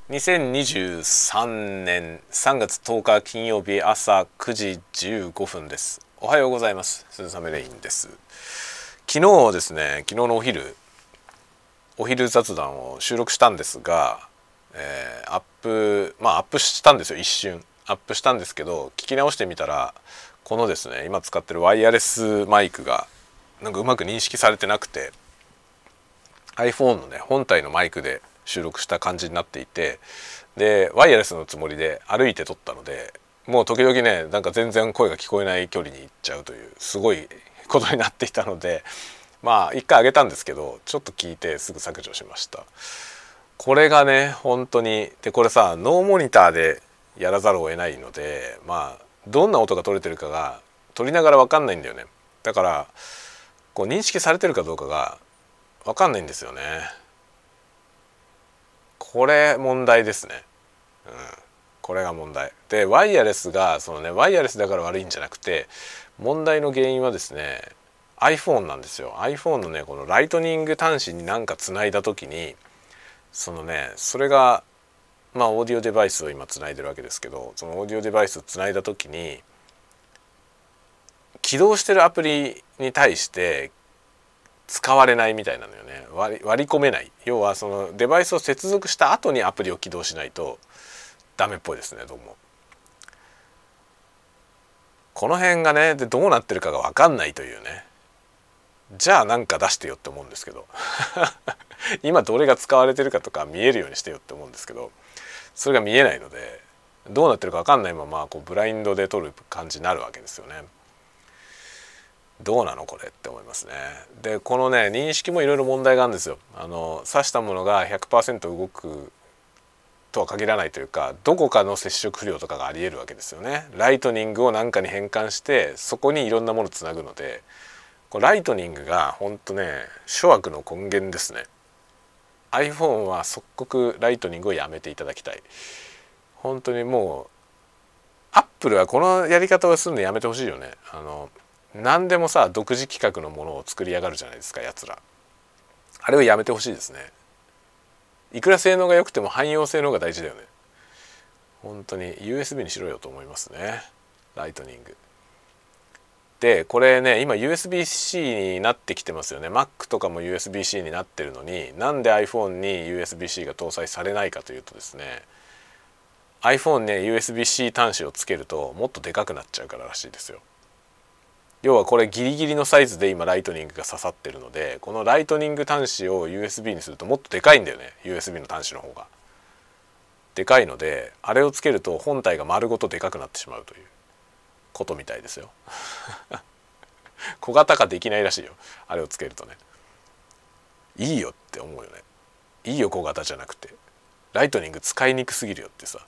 2023年3月10日金曜日朝9時15分です。おはようございます。鈴雨レインです。昨日ですね、昨日のお昼雑談を収録したんですが、アップしたんですよ。一瞬アップしたんですけど、聞き直してみたらこのですね、今使ってるワイヤレスマイクがなんかうまく認識されてなくて、 iPhone のね本体のマイクで収録した感じになっていて、でワイヤレスのつもりで歩いて撮ったので、もう時々ねなんか全然声が聞こえない距離に行っちゃうというすごいことになっていたので、まあ一回上げたんですけど、ちょっと聞いてすぐ削除しました。これがね本当に、でこれさノーモニターでやらざるを得ないので、まあどんな音が取れてるかが取りながら分かんないんだよね。だからこう認識されてるかどうかが分かんないんですよね。これ問題ですね。これが問題で、ワイヤレスがワイヤレスだから悪いんじゃなくて、問題の原因はですね iPhone なんですよ。 iPhone のねこのライトニング端子になんかつないだ時に、それがオーディオデバイスを今つないでるわけですけど、そのオーディオデバイスをつないだ時に起動してるアプリに対して使われないみたいなのよね。割り込めない。要はそのデバイスを接続した後にアプリを起動しないとダメっぽいですね。どうもこの辺がね、でどうなってるかが分かんないというね。じゃあなんか出してよって思うんですけど今どれが使われてるかとか見えるようにしてよって思うんですけど、それが見えないので、どうなってるか分かんないままこうブラインドで撮る感じになるわけですよね。どうなのこれって思いますね。でこのね認識もいろいろ問題があるんですよ。挿したものが 100% 動くとは限らないというか、どこかの接触不良とかがありえるわけですよね。ライトニングを何かに変換してそこにいろんなものをつなぐので、ライトニングがほんとね諸悪の根源ですね。 iPhone は即刻ライトニングをやめていただきたい。本当にもう Apple はこのやり方をするのやめてほしいよね。何でもさ独自規格のものを作り上がるじゃないですか、やつら。あれをやめてほしいですね。いくら性能が良くても汎用性の方が大事だよね。本当に USB にしろよと思いますね、ライトニング。でこれね今 USB-C になってきてますよね。 Mac とかも USB-C になってるのに、なんで iPhone に USB-C が搭載されないかというとですね、 iPhone ね USB-C 端子をつけるともっとでかくなっちゃうかららしいですよ。要はこれギリギリのサイズで今ライトニングが刺さってるので、このライトニング端子を USB にするともっとでかいんだよね。 USB の端子の方がでかいので、あれをつけると本体が丸ごとでかくなってしまうということみたいですよ小型化できないらしいよ、あれをつけるとね。いいよって思うよね。いいよ小型じゃなくて、ライトニング使いにくすぎるよってさ。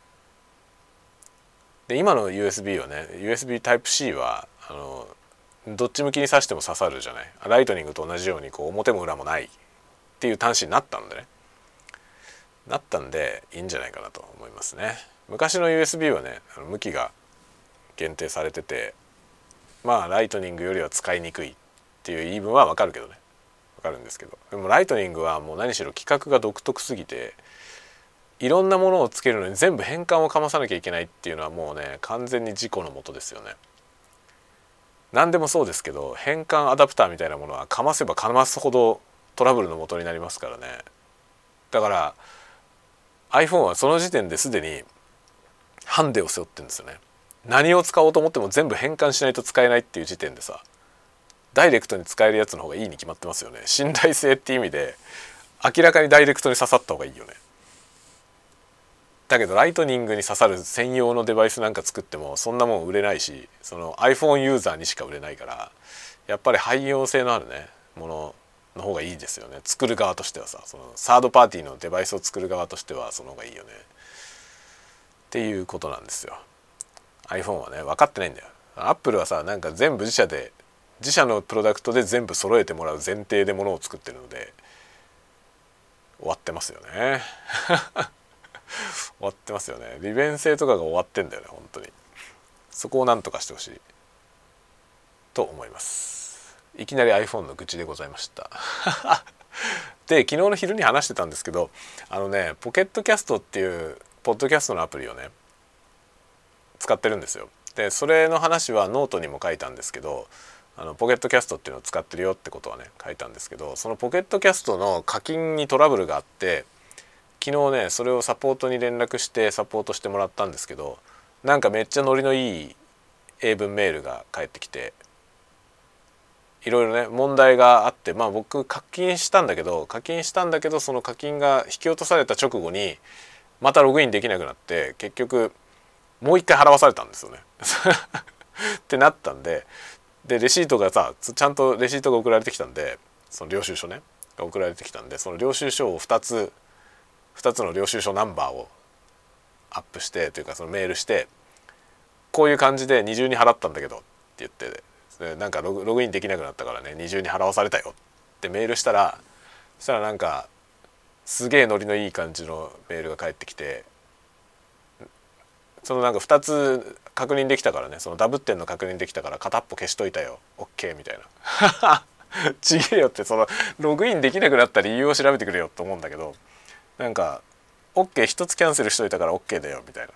で今の USB はね USB Type-C はどっち向きに挿しても刺さるじゃない。ライトニングと同じようにこう表も裏もないっていう端子になったんでいいんじゃないかなと思いますね。昔の USB はね向きが限定されてて、ライトニングよりは使いにくいっていう言い分はわかるけどね、わかるんですけど、でもライトニングはもう何しろ規格が独特すぎて、いろんなものをつけるのに全部変換をかまさなきゃいけないっていうのはもうね完全に事故のもとですよね。何でもそうですけど、変換アダプターみたいなものはかませばかますほどトラブルのもとになりますからね。だから iPhone はその時点ですでにハンデを背負ってるんですよね。何を使おうと思っても全部変換しないと使えないっていう時点でさ、ダイレクトに使えるやつの方がいいに決まってますよね。信頼性っていう意味で明らかにダイレクトに刺さった方がいいよね。だけどライトニングに刺さる専用のデバイスなんか作ってもそんなもん売れないし、その iPhone ユーザーにしか売れないから、やっぱり汎用性のあるねものの方がいいですよね。作る側としてはさ、そのサードパーティーのデバイスを作る側としてはその方がいいよねっていうことなんですよ。 iPhone はね分かってないんだよ。 Apple はさなんか全部自社のプロダクトで全部揃えてもらう前提でものを作ってるので終わってますよね終わってますよね。利便性とかが終わってんだよね本当に。そこをなんとかしてほしいと思います。いきなり iPhone の愚痴でございましたで昨日の昼に話してたんですけど、ポケットキャストっていうポッドキャストのアプリをね使ってるんですよ。でそれの話はノートにも書いたんですけど、ポケットキャストっていうのを使ってるよってことはね書いたんですけど、そのポケットキャストの課金にトラブルがあって、昨日ねそれをサポートに連絡してサポートしてもらったんですけど、なんかめっちゃノリのいい英文メールが返ってきて、いろいろね問題があって、僕課金したんだけどその課金が引き落とされた直後にまたログインできなくなって、結局もう一回払わされたんですよねってなったんで、レシートがちゃんとレシートが送られてきたんで、その領収書ねが送られてきたんで、その領収書を2つの領収書ナンバーをアップしてというか、そのメールして、こういう感じで二重に払ったんだけどって言って、なんかログインできなくなったからね二重に払わされたよってメールしたら、なんかすげえノリのいい感じのメールが返ってきて、そのなんか2つ確認できたからね、そのダブってんの確認できたから片っぽ消しといたよ OK みたいなちげえよって、そのログインできなくなった理由を調べてくれよと思うんだけど、なんか OK 一つキャンセルしといたから OK だよみたいな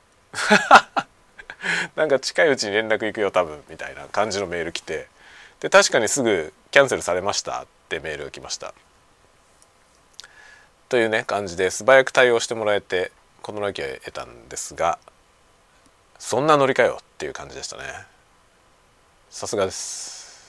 なんか近いうちに連絡行くよ多分みたいな感じのメール来て、で確かにすぐキャンセルされましたってメールが来ましたというね感じで素早く対応してもらえて事なきを得たんですが、そんなノリかよっていう感じでしたね。さすがです。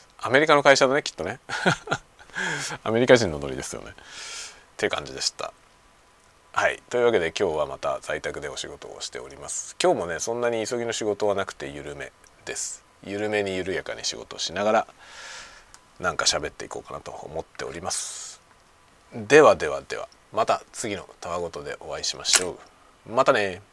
アメリカの会社だねきっとねアメリカ人のノリですよねっていう感じでした。はい、というわけで今日はまた在宅でお仕事をしております。今日もねそんなに急ぎの仕事はなくて緩めです。緩めに緩やかに仕事をしながらなんか喋っていこうかなと思っております。ではまた次のたわごとでお会いしましょう。またね。